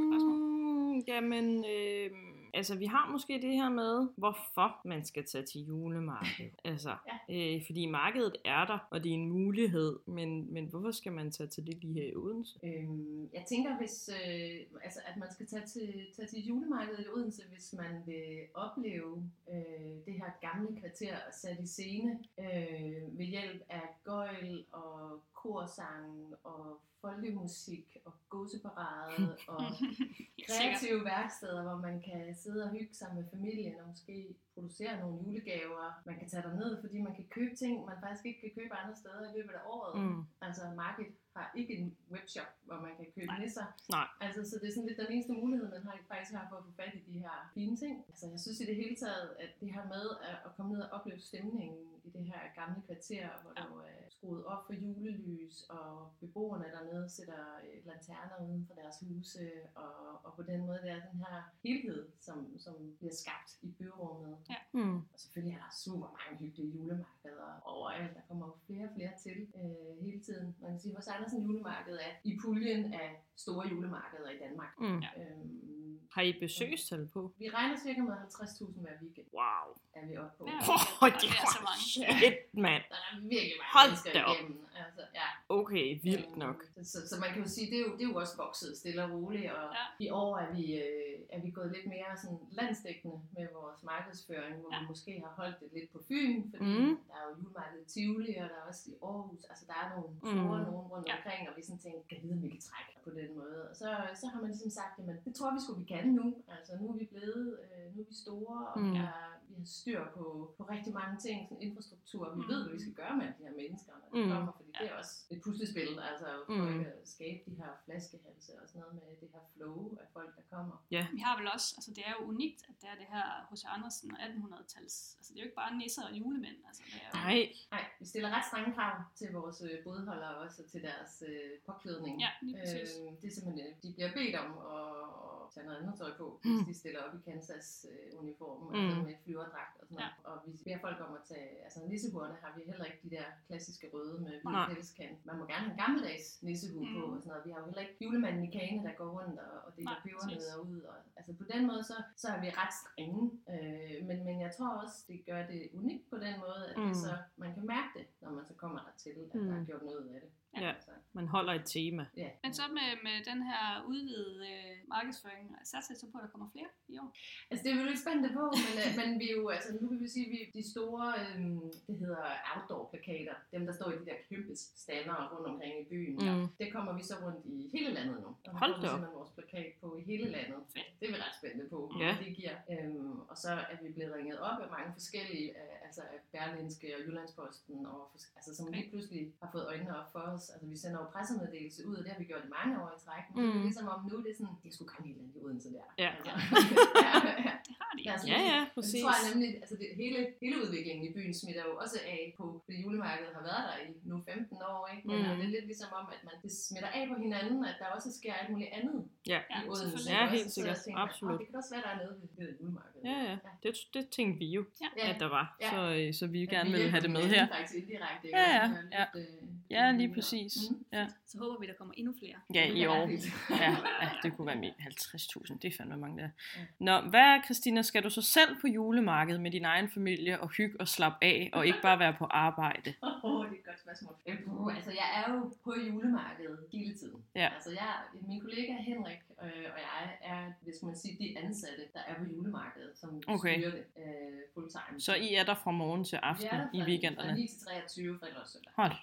Mm, jamen, øh, altså vi har måske det her med, hvorfor man skal tage til julemarkedet. Altså, øh, fordi markedet er der, og det er en mulighed, men, men hvorfor skal man tage til det lige her i Odense? Øhm, jeg tænker, hvis, øh, altså, at man skal tage til, tage til julemarkedet i Odense, hvis man vil opleve øh, det her gamle kvarter sat i scene øh, ved hjælp af gøjl og korsang og folkemusik og gåseparade og kreative værksteder, hvor man kan sidde og hygge sig med familien og måske producere nogle julegaver. Man kan tage derned, fordi man kan købe ting, man faktisk ikke kan købe andre steder i løbet af året. Mm. Altså Market har ikke en webshop, hvor man kan købe nisser. Nej. Altså, så det er sådan lidt den eneste mulighed, man har faktisk har for at få fat i de her fine ting. Altså, jeg synes i det hele taget, at det her med at, at komme ned og opleve stemningen i det her gamle kvarter, hvor ja. der jo er skruet op for julelys, og beboerne dernede sætter øh, lanterner uden for deres huse, og, og på den måde, det er den her helhed, som, som bliver skabt i byrummet. Ja. Mm. Og selvfølgelig er der super mange hyggelige julemarkeder overalt. Der kommer jo flere og flere til øh, hele tiden. Man kan sige, hos Andersen julemarked er i puljen af store julemarkeder i Danmark. Mm. Ja. Øhm, Har I besøgstal på? vi regner cirka med halvtreds tusind hver weekend, Wow. er vi oppe på. Ja. Oh, det er så mange. shit, mand. Der er virkelig mange Hold mennesker da op. igennem. Altså, ja. Okay, vildt Øhm, nok. Så, så, så man kan jo sige, det er jo, det er jo også vokset stille og roligt, og Ja. i år er vi, øh, er vi gået lidt mere sådan landsdækkende med vores markedsføring, hvor Ja. vi måske har holdt det lidt på Fyn, fordi Mm. der er jo julemarkedet i Tivoli, og der er også i Aarhus, altså der er nogle Mm. store nogen rundt Ja. omkring, og vi sådan tænker, kan vide, om vi kan trække på den måde. Og så, så har man ligesom sagt, jamen det tror vi sgu, vi kan nu. Altså nu er vi blevet, øh, nu er vi store, og Mm. vi, er, vi har styr på, på rigtig mange ting, sådan infrastruktur. Vi Mm. ved, hvad vi skal gøre med de her mennesker, når de Mm. kommer, fordi det er også et puslespil, altså for Mm. ikke at skabe de her flaskehalse og sådan noget med det her flow af folk, der kommer. Vi har vel også, altså det er jo unikt, at det er det her H C Andersen og attenhundrede-tals. Altså det er jo ikke bare nisser og julemænd. Altså, det er jo... Nej. Nej, vi stiller ret strenge krav til vores øh, bådholdere også, og til deres øh, påklædning. Ja, lige præcis. Øh, det er simpelthen, øh, de bliver bedt om at, at tage noget andet tøj på, Mm. hvis de stiller op i Kansas-uniformen, øh, Mm. altså med flyverdragt og sådan noget. Og vi beder folk om at tage, altså nissehuerne har vi heller ikke de der klassiske røde med Nej. hvid pelskant. Man må gerne have en gammeldags nissehue Mm. på og sådan noget. Vi har jo heller ikke julemanden i Kane, der går rundt og, og deler Nej, pebernødder ud. Og, altså på den måde, så, så er vi ret strenge. Øh, men, men jeg tror også, det gør det unikt på den måde, at Mm. det så, man kan mærke det, når man så kommer der til, at Mm. der er gjort noget ud af det. Ja. Altså, Man holder et tema. ja. Men så med, med den her udvidede øh, markedsføring, satser I så på, at der kommer flere i år? Altså det er vi lidt spændte på, men, øh, men vi er jo, altså nu kan vi sige, at vi de store, øhm, det hedder outdoor-plakater, dem der står i de der kæmpe stander rundt omkring i byen, Mm. det kommer vi så rundt i hele landet nu. Og Hold der da får vi op. simpelthen vores plakat på i hele landet. Fedt. Det er vi ret spændte på, Ja. hvad det giver. Øhm, og så er vi blevet ringet op af mange forskellige, øh, altså af Berlingske og Jyllandsposten, og fors- altså som lige pludselig har fået øjnene op for os. Altså vi sender jo pressemeddelelse ud, og det har vi gjort i mange år i træk. Men det Mm. er ligesom om nu, det er sådan, det skulle komme helt andet i Odense der. Ja. Altså, ja, ja. Det har de. Ja, altså, Ja, ja, det præcis. tror jeg nemlig, altså det, hele, hele udviklingen i byen smitter jo også af på, fordi julemarkedet har været der i nu femten år, ikke? Men Mm. mm. det er lidt ligesom om, at man det smitter af på hinanden, at der også sker alt muligt andet Ja. Ja, i Odense. selvfølgelig. Ja, også. helt Så sikkert. jeg tænker, Absolut. "Åh, det kan også være, der er noget ved det julemarkedet. Ja, ja. Det, det tænkte vi jo, Ja. at der var. Ja. Så, øh, så vi At gerne vi ville hjælper have det med hinanden her. Faktisk indirekte, Ja, ikke? ja, Så det er ja. lidt, øh, Ja, lige videre. præcis. Mhm. Ja. Så håber vi, der kommer endnu flere. Ja, Det i er år. fint. Ja, ja, det kunne være mere. halvtreds tusind, det er fandme mange der. Ja. Nå, hvad, Christina, skal du så selv på julemarkedet med din egen familie og hygge og slappe af, og ikke bare være på arbejde? Åh, oh, det er et godt spørgsmål. Øh, altså, jeg er jo på julemarkedet hele tiden. Ja. Altså, jeg, min kollega Henrik øh, og jeg er, hvis man sige, de ansatte, der er på julemarkedet, som Okay. styrer det øh, fulltime. Så I er der fra morgen til aften Vi er der i fra- weekenderne? Fra ni til treogtyve, fredag og søndag. Hold da op.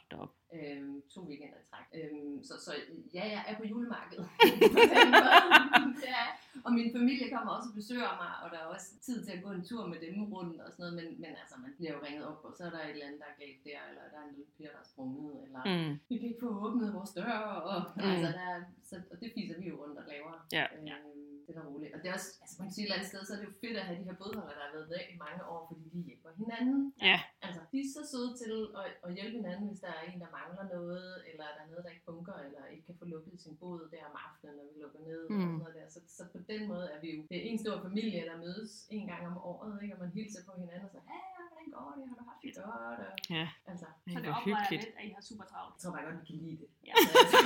Øhm, to weekender i træk. Øhm, så, så ja, jeg er på julemarkedet. På den måde. Ja. Og min familie kommer også og besøger mig, og der er også tid til at gå en tur med dem rundt og sådan noget, men, men altså, man bliver jo ringet op, og så er der et eller andet, der er galt der, eller der er en lille piger, der er sprunget, eller Mm. vi kan ikke få åbnet vores dør, og, Mm. altså, der er, så, og det fiser vi jo rundt og laver. Ja. Øhm, det er roligt. Og det er også, altså man kan sige et eller andet sted, så er det jo fedt at have de her bådholder, der har været med i mange år, fordi de hjælper hinanden. Ja. Altså, de er så søde til at, at hjælpe hinanden, hvis der er en, der mangler noget, eller der er noget, der ikke fungerer, eller ikke kan få lukket sin båd der om aftenen, når vi lukker ned, mm. og sådan noget der. Så, så på den måde er vi jo det er en stor familie, der mødes en gang om året, ikke? Og man hilser på hinanden og så, hey, hvordan går det? Har du haft det godt? Og, Ja. Altså, Så det hvor opvejer hyggeligt. lidt, at I har super travlt. jeg tror bare godt, vi kan lide det. Ja. Altså,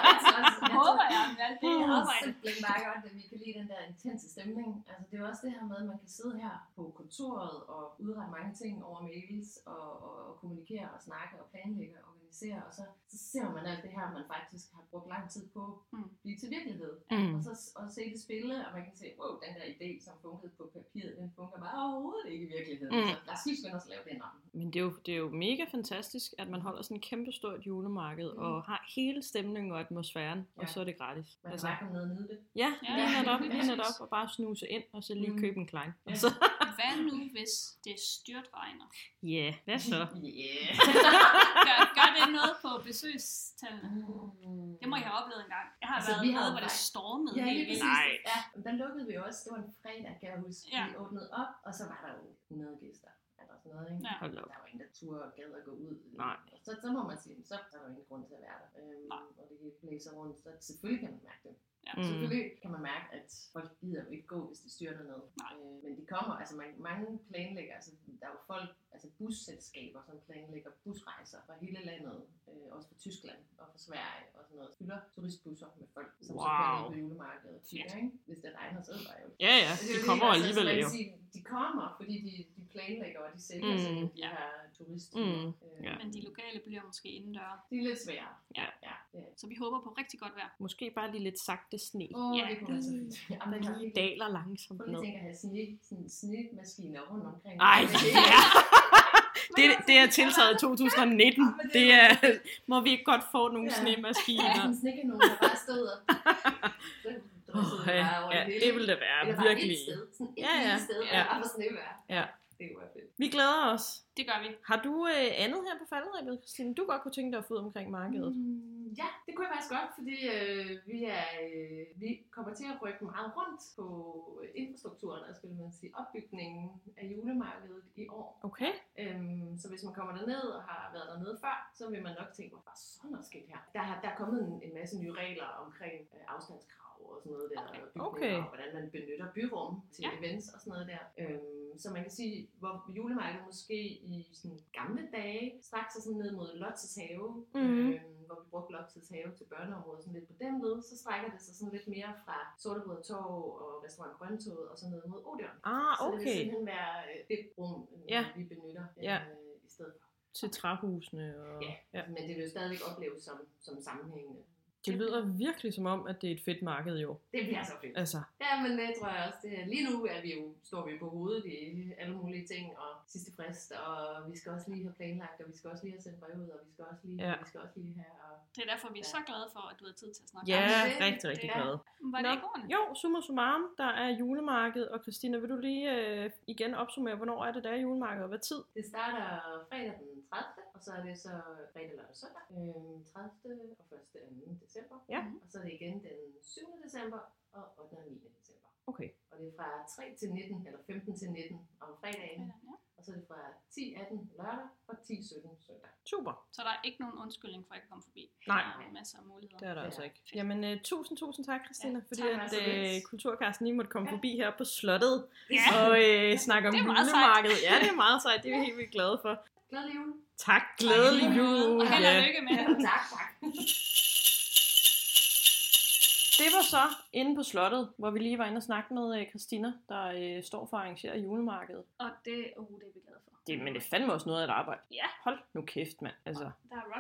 Det håber jeg, men alt det Jeg håber håber jeg. simpelthen bare godt, at vi kan lide den der intense stemning. Altså, det er jo også det her med, at man kan sidde her på kontoret og udrette mange ting over mails og, og, og kommunikere og snakke og planlægge og organisere. Og så, så ser man alt det her, man faktisk har brugt lang tid på Mm. blive til virkelighed. Mm. Og så og se det spille, og man kan se, wow, den der idé, som fungerede på papiret, den fungerer bare overhovedet ikke i virkeligheden. Mm. Så lad os lige skynde os at lave den om. Men det er, jo, det er jo mega fantastisk, at man holder sådan et kæmpestort julemarked, Mm. og har hele stemningen og atmosfæren, Ja. og så er det gratis. Man kan Altså, bare komme ned og nyde det. ja, Ja, lige ja, netop, lige lige præcis. netop, og bare snuse ind, og så lige Mm. købe en klein. Ja. Og så, Hvad nu, hvis det styrtregner? ja, yeah, hvad så? Yeah. Gør, gør det noget på besøgstallene? Mm. Det må jeg have oplevet en gang. Jeg har Altså, været vi med, havde hvor det faktisk- stormede Ja, helt lige vildt. præcis. Nej. Ja, men der lukkede vi også. Det var en fredag, kan jeg huske. Ja. Vi åbnede op, og så var der jo hundrede gæster. Eller sådan noget, ikke? Ja. Hold Der op. var ingen, der turde og gad at gå ud. Nej. Og så, så må man sige, så er der jo ingen grund til at være der. Øhm, Nej. og det hele blæser rundt. Så selvfølgelig kan man mærke det. Ja. Mm. Selvfølgelig kan man mærke, at folk gider jo ikke gå, hvis de styrter ned. Nej. Øh, men de kommer, altså man, mange planlægger, altså der er jo folk, altså busselskaber, som planlægger busrejser fra hele landet, øh, også fra Tyskland og fra Sverige og sådan noget. Fylder turistbusser med folk, som Wow. så kører ned på julemarkedet og kigger, ikke? Hvis det regner, så er det bare jo. Ja, ja, Altså, det er de jo kommer det, alligevel altså, jo. man kan sige, de kommer, fordi de, de planlægger, og de sælger Mm. mm. de Ja. her turistture. Mm. Øh, Ja. Men de lokale bliver måske indendør. Det er lidt svært. Ja. Ja. Ja. Så vi håber på rigtig godt vejr. Måske bare lige lidt sagte sne, Åh, oh, Ja. det kunne være så fint. Jamen, der det har lige virkelig- daler langsomt Prøv lige ned. at tænke at have sne, sådan snemaskiner rundt omkring. Ej, ja. Det, det er tiltaget i to tusind nitten. Det er, må vi ikke godt få nogle Ja. snemaskiner? Ja, sådan en snekkanon, der bare stod og... Oh, ja, ja, det vil det være, Eller bare virkelig. et sted. Sådan et Ja, ja. lille sted, hvor Ja. der bare var snevejr. Ja. Det kunne være fedt. Vi glæder os. Det gør vi. Har du øh, andet her på falderæbet, Christine? Du godt kunne tænke dig at få ud omkring markedet. Mm, ja, det kunne jeg faktisk godt, fordi øh, vi, er, øh, vi kommer til at rykke meget rundt på infrastrukturen, altså vil man sige opbygningen af julemarkedet i år. Okay. Øhm, så hvis man kommer derned og har været dernede før, så vil man nok tænke, hvor er sådan noget sket her. Der, har, der er kommet en, en masse nye regler omkring øh, afstandskrav og sådan noget der, Okay. og bygninger, Okay. og hvordan man benytter byrum til Ja. events og sådan noget der. Øhm, så man kan sige, hvor julemarkedet måske i sådan gamle dage straks sig sådan ned mod Lottes have, Mhm. øhm, hvor vi brugte Lottes have til børneområdet sådan lidt på den led, så strækker det sig sådan lidt mere fra Sortebrød Torv og Restaurant Grøntoget og så ned mod Odeon. Ah, Så det vil okay. simpelthen være øh, det rum, øh, Ja. vi benytter øh, Ja. i stedet for. Til træhusene. Og... Ja. Ja. Men det vil jo stadigvæk opleves som, som sammenhængende. Det lyder virkelig som om, at det er et fedt marked jo. Det bliver så fedt. Altså, Ja, men det tror jeg også. Det er, lige nu er vi jo, står vi på hovedet i alle mulige ting, og sidste frist, og vi skal også lige have planlagt, og vi skal også lige have sendt brev ud, og vi skal også lige, Ja. vi skal også lige have... Og... Det er derfor, vi er så glade for, at du har tid til at snakke. ja, Jamen, det- rigtig, rigtig det- glad. Var det Nå. ikke ordentligt? Jo, summa summarum, der er julemarked, og Christina, vil du lige øh, igen opsummere, hvornår er det, der er julemarked, og hvad tid? Det starter fredag den tredivte, og så er det så fredag, lørdag og søndag. Øhm, tredivte og første og anden december. Ja. Og så er det igen den syvende december og ottende og niende december. Okay. Og det er fra tre til nitten, eller femten til nitten om fredagen. Ja. Og så er det fra ti atten lørdag og ti sytten søndag. Super. Så der er ikke nogen undskyldning for at ikke komme forbi. Nej. Der er masser af muligheder. Det er der Ja. altså ikke. Jamen, uh, tusind, tusind tak, Christina, Ja, fordi tak, at var så uh, lidt. Kulturkasten lige måtte komme Ja. forbi her på slottet Ja. og uh, snakke om Det er meget julemarkedet. Ja, det er meget sejt. Det er vi helt vildt glade for. Glædelig jul! Tak. Glædelig Tak, jul. Og held og Ja. lykke med det. tak, tak. Det var så inde på slottet, hvor vi lige var inde og snakke med uh, Christina, der uh, står for at arrangere julemarkedet. Og det, uh, det er vi glade for. Det, men det er fandme også noget af et arbejde. Ja. Hold nu kæft, mand. Altså, Der er run på.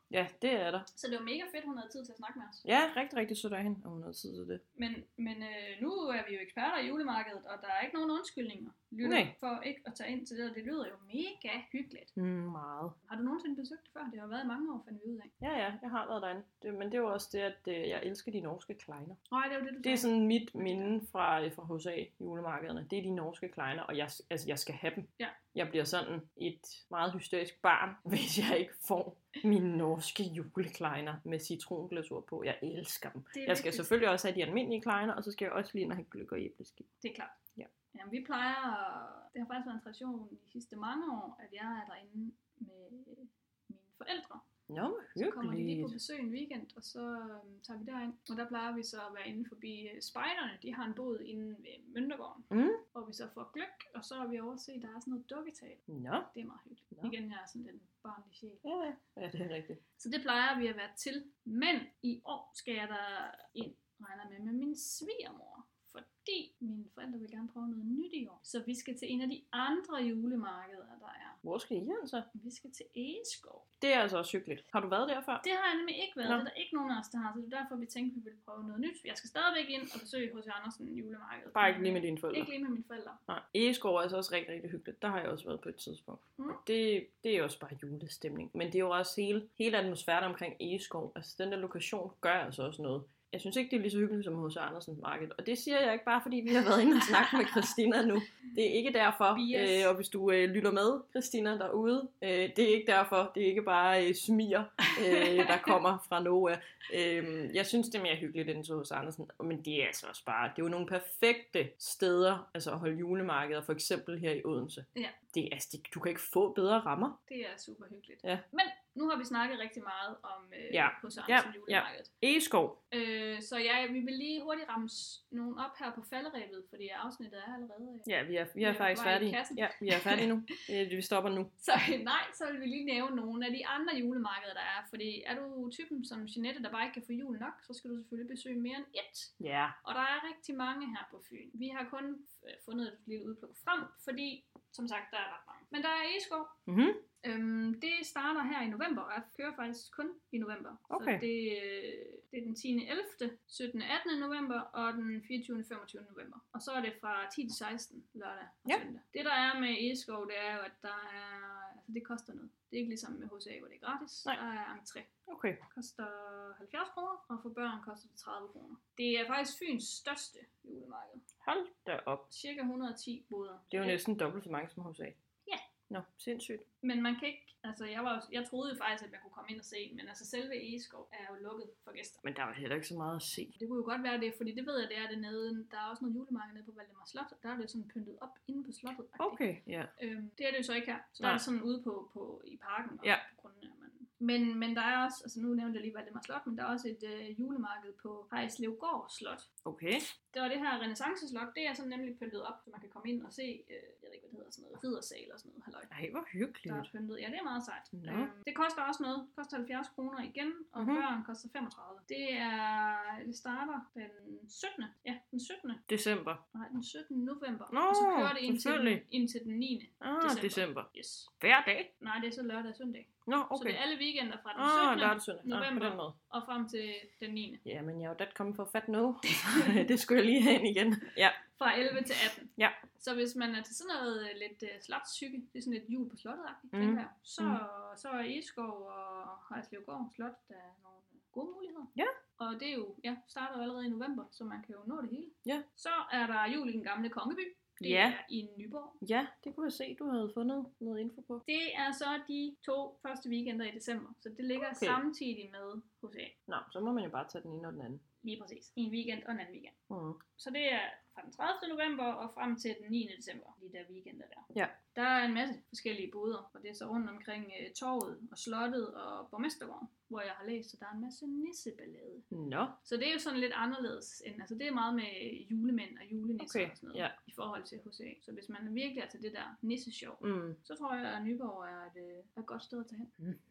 Ja, det er der. Så det var mega fedt, hun havde tid til at snakke med os. Ja, rigtig, rigtig sødt af hende, og hun havde tid til det. Men, men øh, nu er vi jo eksperter i julemarkedet, og der er ikke nogen undskyldninger lytter, Nej. for ikke at tage ind til det, og det lyder jo mega hyggeligt. Mm, meget. Har du nogensinde besøgt det før? Det har været i mange år, fandt vi ud af. Ja, ja, jeg har været derinde. Det, men det var også det, at øh, jeg elsker de norske kleiner. Nej, det er jo det, du Det er sagde. sådan mit minde fra, fra H A julemarkederne. Det er de norske kleiner, og jeg, altså, jeg skal have dem. Ja. Jeg bliver sådan et meget hysterisk barn, hvis jeg ikke får mine norske julekleiner med citronglasur på. Jeg elsker dem. Det er Jeg skal vigtigt. selvfølgelig også have de almindelige kleiner, og så skal jeg også lige ind og have gløgg og æbleskiv. Det er klart. Ja. Jamen, vi plejer, det har faktisk været en tradition de sidste mange år, at jeg er derinde med mine forældre. Nå, hvor Så kommer de lige på hyggeligt. besøg en weekend, og så øhm, tager vi derind. Og der plejer vi så at være inde forbi øh, spejderne. De har en bod inde ved Møntergården, Mm. hvor vi så får gløgg, og så er vi over at se, der er sådan noget dukketeater. Nå, Det er meget hyggeligt. Nå. Igen, jeg er sådan den barnlige sjæl. ja, ja. Ja, det er rigtigt. Så det plejer vi at være til. Men i år skal jeg der ind, regner med, med min svigermor. Fordi mine forældre vil gerne prøve noget nyt i år. Så vi skal til en af de andre julemarkeder, der er. Hvor skal I hen så? Vi skal til Egeskov. Det er altså også hyggeligt. Har du været der før? Det har jeg nemlig ikke været. Nå. Det er der ikke nogen af os, der har. Så det er derfor, vi tænkte, at vi ville prøve noget nyt. Jeg skal stadigvæk ind og besøge H C Andersen julemarked. Bare ikke lige med dine forældre. Ikke lige med mine forældre. Nej, Egeskov er altså også rigtig, rigtig hyggeligt. Der har jeg også været på et tidspunkt. Mm. Og det, det er også bare julestemning. Men det er jo også hele, hele atmosfæren omkring Egeskov. Altså den der lokation gør altså også noget. Jeg synes ikke, det er lige så hyggeligt som H C Andersen marked. Og det siger jeg ikke bare, fordi vi har været inde og snakke med Christina nu. Det er ikke derfor. Bias. Øh, og hvis du øh, lytter med, Christina, derude, øh, det er ikke derfor. Det er ikke bare øh, smiger, øh, der kommer fra Noah. Øh, jeg synes, det er mere hyggeligt end til H C Andersen. Men det er altså også bare, det er jo nogle perfekte steder altså at holde julemarkeder. For eksempel her i Odense. Ja. Det, er, altså, det, du kan ikke få bedre rammer. Det er super hyggeligt. Ja. Men nu har vi snakket rigtig meget om øh, Ja. H C Andersen Ja, julemarkedet. Egeskov. Øh, så ja, vi vil lige hurtigt ramme nogen op her på falderæbet, fordi afsnittet er allerede... Øh. Ja, vi er, vi Vi er er faktisk på vej i færdige. kassen. Ja, vi er færdige nu. Øh, Vi stopper nu. Så nej, så vil vi lige nævne nogle af de andre julemarkeder, der er. Fordi er du typen som Jeanette, der bare ikke kan få jul nok, så skal du selvfølgelig besøge mere end ét. Ja. Og der er rigtig mange her på Fyn. Vi har kun øh, fundet et lille udpluk frem, fordi som sagt, der er ret mange. Men der er Egeskov. Mm-hmm. Øhm, det starter her i november, og jeg kører faktisk kun i november. Okay. Så det, øh, det er den tiende ellevte, syttende attende november og den fireogtyvende femogtyvende november. Og så er det fra ti til seksten lørdag og Ja. søndag. Det der er med Egeskov, det er jo, at der er, altså det koster noget. Det er ikke ligesom med H C A, hvor det er gratis. Nej. Der er entré. Okay. Det koster halvfjerds kroner, og for børn koster det tredive kroner. Det er faktisk Fyns største julemarked. Hold da op. Cirka et hundrede og ti boder. Det er jo næsten dobbelt så mange som H C A. Ja. Nå, sindssygt. Men man kan ikke, altså jeg, var, jeg troede jo faktisk, at man kunne komme ind og se, men altså selve Egeskov er jo lukket for gæster. Men der var heller ikke så meget at se. Det kunne jo godt være det, fordi det ved jeg, det er det nede. Der er også noget julemarked nede på Valdemar Slot, der er det sådan pyntet op inde på slottet. Okay, ja. Øhm, det er det jo så ikke her. Så der Nej. er det sådan ude på, på i parken og Ja. på grundene. Men, men, men der er også, altså nu nævnte jeg lige Valdemar Slot, men der er også et øh, julemarked på Hejslevgård Slot. Okay. Det var det her renaissanceslot, det er sådan nemlig pyntet op, så man kan komme ind og se, øh, jeg ved ikke hvad det hedder, sådan noget riddersal og sådan noget, halløj. Ej, hvor Der er hyggeligt. pyntet. Ja, det er meget sejt. Nå. Øhm, det koster også noget. Det koster halvfjerds kroner igen, og Mhm. mm-hmm. børn koster femogtredive. Det er, det starter den syttende. Ja, den syttende. December. Nej, den syttende november. Nå, og så kører det indtil, selvfølgelig. den, indtil den niende Ah, december. december. Yes. Hver dag? Nej, det er så lørdag og søndag. Nå, Okay. Så okay. det er alle weekender fra den Ah, syttende lørdag søndag. Ah, på november den måde. og frem til den niende. Ja, men jeg er jo dat kommet for fat nu. Det skulle jeg lige have ind igen. Ja. Fra elleve til atten. Ja. Så hvis man er til sådan noget øh, lidt uh, slotshygge, det er sådan lidt jul på slottet-agtigt, Mm. mm. tænker jeg, så, Mm. så er Egeskov og Hejslevgård Slot, der er nogle øh, gode muligheder. Ja. Og det er jo, ja, starter jo allerede i november, så man kan jo nå det hele. Ja. Så er der jul i den gamle Kongeby. Det Ja. er i Nyborg. Ja, det kunne jeg se, du havde fundet noget info på. Det er så de to første weekender i december, så det ligger Okay. okay. samtidig med H C A. Nå, så må man jo bare tage den ene og den anden. Lige præcis. En weekend og en anden weekend. Mm. Så det er fra den tredivte november og frem til den niende december, de der weekender der. Ja. Der er en masse forskellige boder, og det er så rundt omkring uh, torvet og slottet og borgmestergården, hvor jeg har læst, at der er en masse nisseballade. Nå, Så det er jo sådan lidt anderledes end, altså det er meget med julemænd og julenisser Okay, og sådan noget, ja. i forhold til H C A. Så hvis man virkelig er til det der nisseshow, mm. så tror jeg, at Nyborg er et, øh, er et godt sted at tage hen.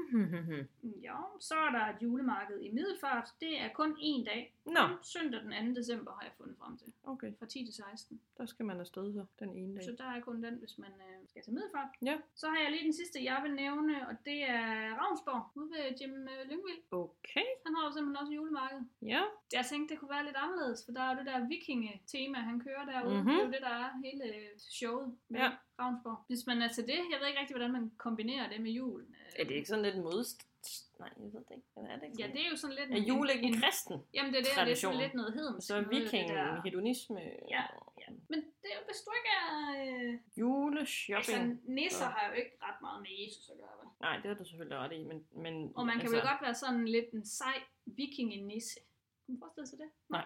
Mm. Ja, så er der et julemarked i Middelfart. Det er kun én dag. Nå, Søndag den anden december har jeg fundet frem til. okay. Fra ti til seksten. Der skal man afsted så, den ene ene dag. Så der er kun den, hvis man øh, skal til Middelfart. Ja. Så har jeg lige den sidste, jeg vil nævne, og det er Ravnsborg, ude ved Jim øh, Lyngvild. Okay. Han har jo simpelthen også julemarked. Ja. Jeg tænkte, det kunne være lidt anderledes, for der er jo det der vikinge-tema, han kører derude. Mhm. Mm-hmm. Det er jo det, der er hele showet med Ja. Ravnsborg. Hvis man er til det, jeg ved ikke rigtig, hvordan man kombinerer det med julen. Er det ikke sådan lidt modst? Nej, jeg ved det ikke. Eller er det ikke Ja, sådan? det er jo sådan lidt... Er jule ikke en kristen? Jamen, det er det, er lidt, tradition? lidt noget hedensk. Så noget, viking, det der- hedonisme, Ja, ja. Men det er jo, hvis du ikke er... Øh... juleshopping. Altså, nisser Ja. har jo ikke ret meget med Jesus at gøre, vel? Nej, det har du selvfølgelig ret i, men... men Og man kan altså, vel godt være sådan lidt en sej vikingenisse. Kan man forestille sig det? Nej.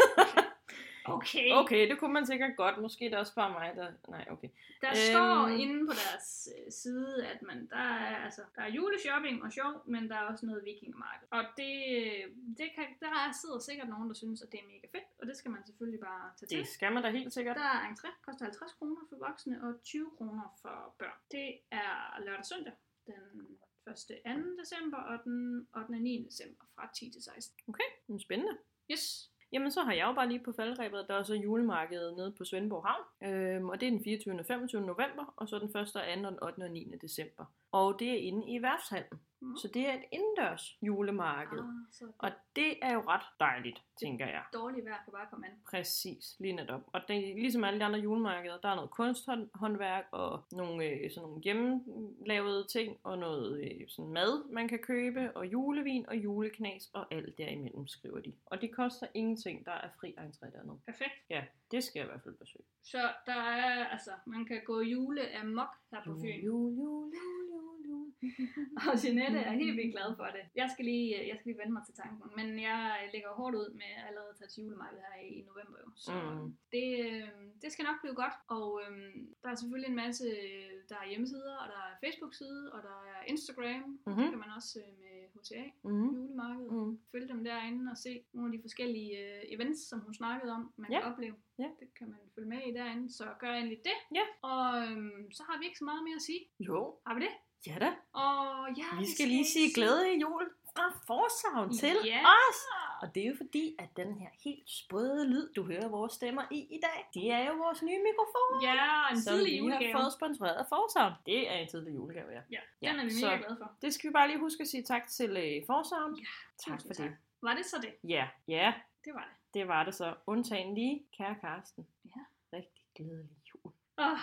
Okay. Okay, det kunne man sikkert godt. Måske det er også bare mig, der... Nej, okay. Der Øhm. står inde på deres øh, side, at man, der, er, altså, der er juleshopping og sjov, men der er også noget vikingemarked. Og det, det kan, der er, sidder sikkert nogen, der synes, at det er mega fedt, og det skal man selvfølgelig bare tage til. Det skal man da helt sikkert. Der er entré, koster halvtreds kroner for voksne og tyve kroner for børn. Det er lørdag og søndag, den første og anden december og den ottende og niende december fra ti til seksten. Okay, spændende. Yes. Jamen, så har jeg jo bare lige på faldrebet, der er så julemarkedet nede på Svendborg Havn. Øhm, og det er den fireogtyvende og femogtyvende november, og så den første og anden og den ottende og niende december. Og det er inde i Værftshallen. Mm. Så det er et indendørs julemarked. Ah, så Og det er jo ret dejligt, tænker jeg. dårligt vejr kan bare komme an. Præcis, lige netop. Og det er ligesom alle de andre julemarkeder, der er noget kunsthåndværk og nogle, øh, sådan nogle hjemmelavede ting, og noget øh, sådan mad, man kan købe, og julevin og juleknas, og alt derimellem, skriver de. Og det koster ingenting, der er fri entré dernede. Perfekt. Ja, det skal jeg i hvert fald besøge. Så der er, altså, man kan gå jule amok her på Fyn. Jul, jul, jul, jul, jul. Og Jeanette er helt vildt glad for det. Jeg skal lige, jeg skal lige vende mig til tanken. Men jeg lægger hårdt ud med allerede at tage til julemarkedet her i november. Jo. Så Mm. det, øh, det skal nok blive godt. Og øhm, der er selvfølgelig en masse, der er hjemmesider, og der er Facebook-side, og der er Instagram. Mhm. Det kan man også øh, med H T A, Mm. julemarkedet. Mm. Følge dem derinde og se nogle af de forskellige øh, events, som hun snakkede om, man Ja. kan opleve. Ja. Det kan man følge med i derinde, så gør endelig det. Ja. Og øhm, så har vi ikke så meget mere at sige. Jo, Har vi det? ja da. Og ja, Vi skal lige sige glædelig jul fra Forsavn til Ja. os. Og det er jo fordi, at den her helt sprøde lyd, du hører vores stemmer i i dag, det er jo vores nye mikrofon. Ja, en som tidlig vi julegave. har fået sponsoreret af Forsavn. Det er en tidlig julegave, ja. Ja, Ja, den er vi så- mega glade for. Det skal vi bare lige huske at sige tak til øh, Forsavn. Ja, tak tusind for det. Var det så det? Ja, ja, Det var det. det var det så. Undtagen lige, kære Karsten. Ja. Rigtig glædelig jul. Oh.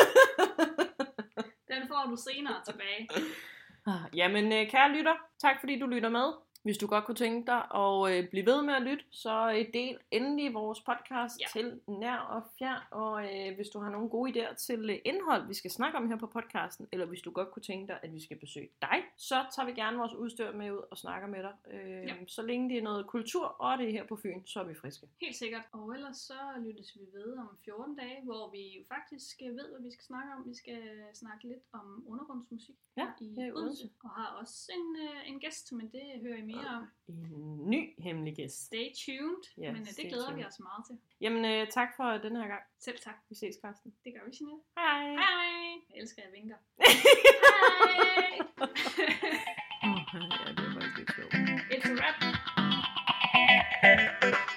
Den får du senere tilbage. Ah, Jamen, øh, kære lytter, tak fordi du lytter med. Hvis du godt kunne tænke dig at øh, blive ved med at lytte, så øh, del endelig vores podcast Ja. ja. til nær og fjern. Og øh, hvis du har nogle gode idéer til øh, indhold, vi skal snakke om her på podcasten, eller hvis du godt kunne tænke dig, at vi skal besøge dig, så tager vi gerne vores udstyr med ud og snakker med dig. Øh, Ja. Så længe det er noget kultur, og det er her på Fyn, så er vi friske. Helt sikkert. Og ellers så lyttes vi ved om fjorten dage, hvor vi jo faktisk ved, hvad vi skal snakke om. Vi skal snakke lidt om undergrundsmusik Ja, her i her i Odense. Odense. Og har også en, øh, en gæst, men det hører I mere om. En ny hemmelig gæst. Stay tuned. Ja, men øh, stay det glæder tuned. vi os meget til. Jamen, øh, tak for denne her gang. Selv tak. Vi ses, Karsten. Det gør vi, Jeanette. Hej. Hej. Jeg elsker, at jeg vinker. Hej.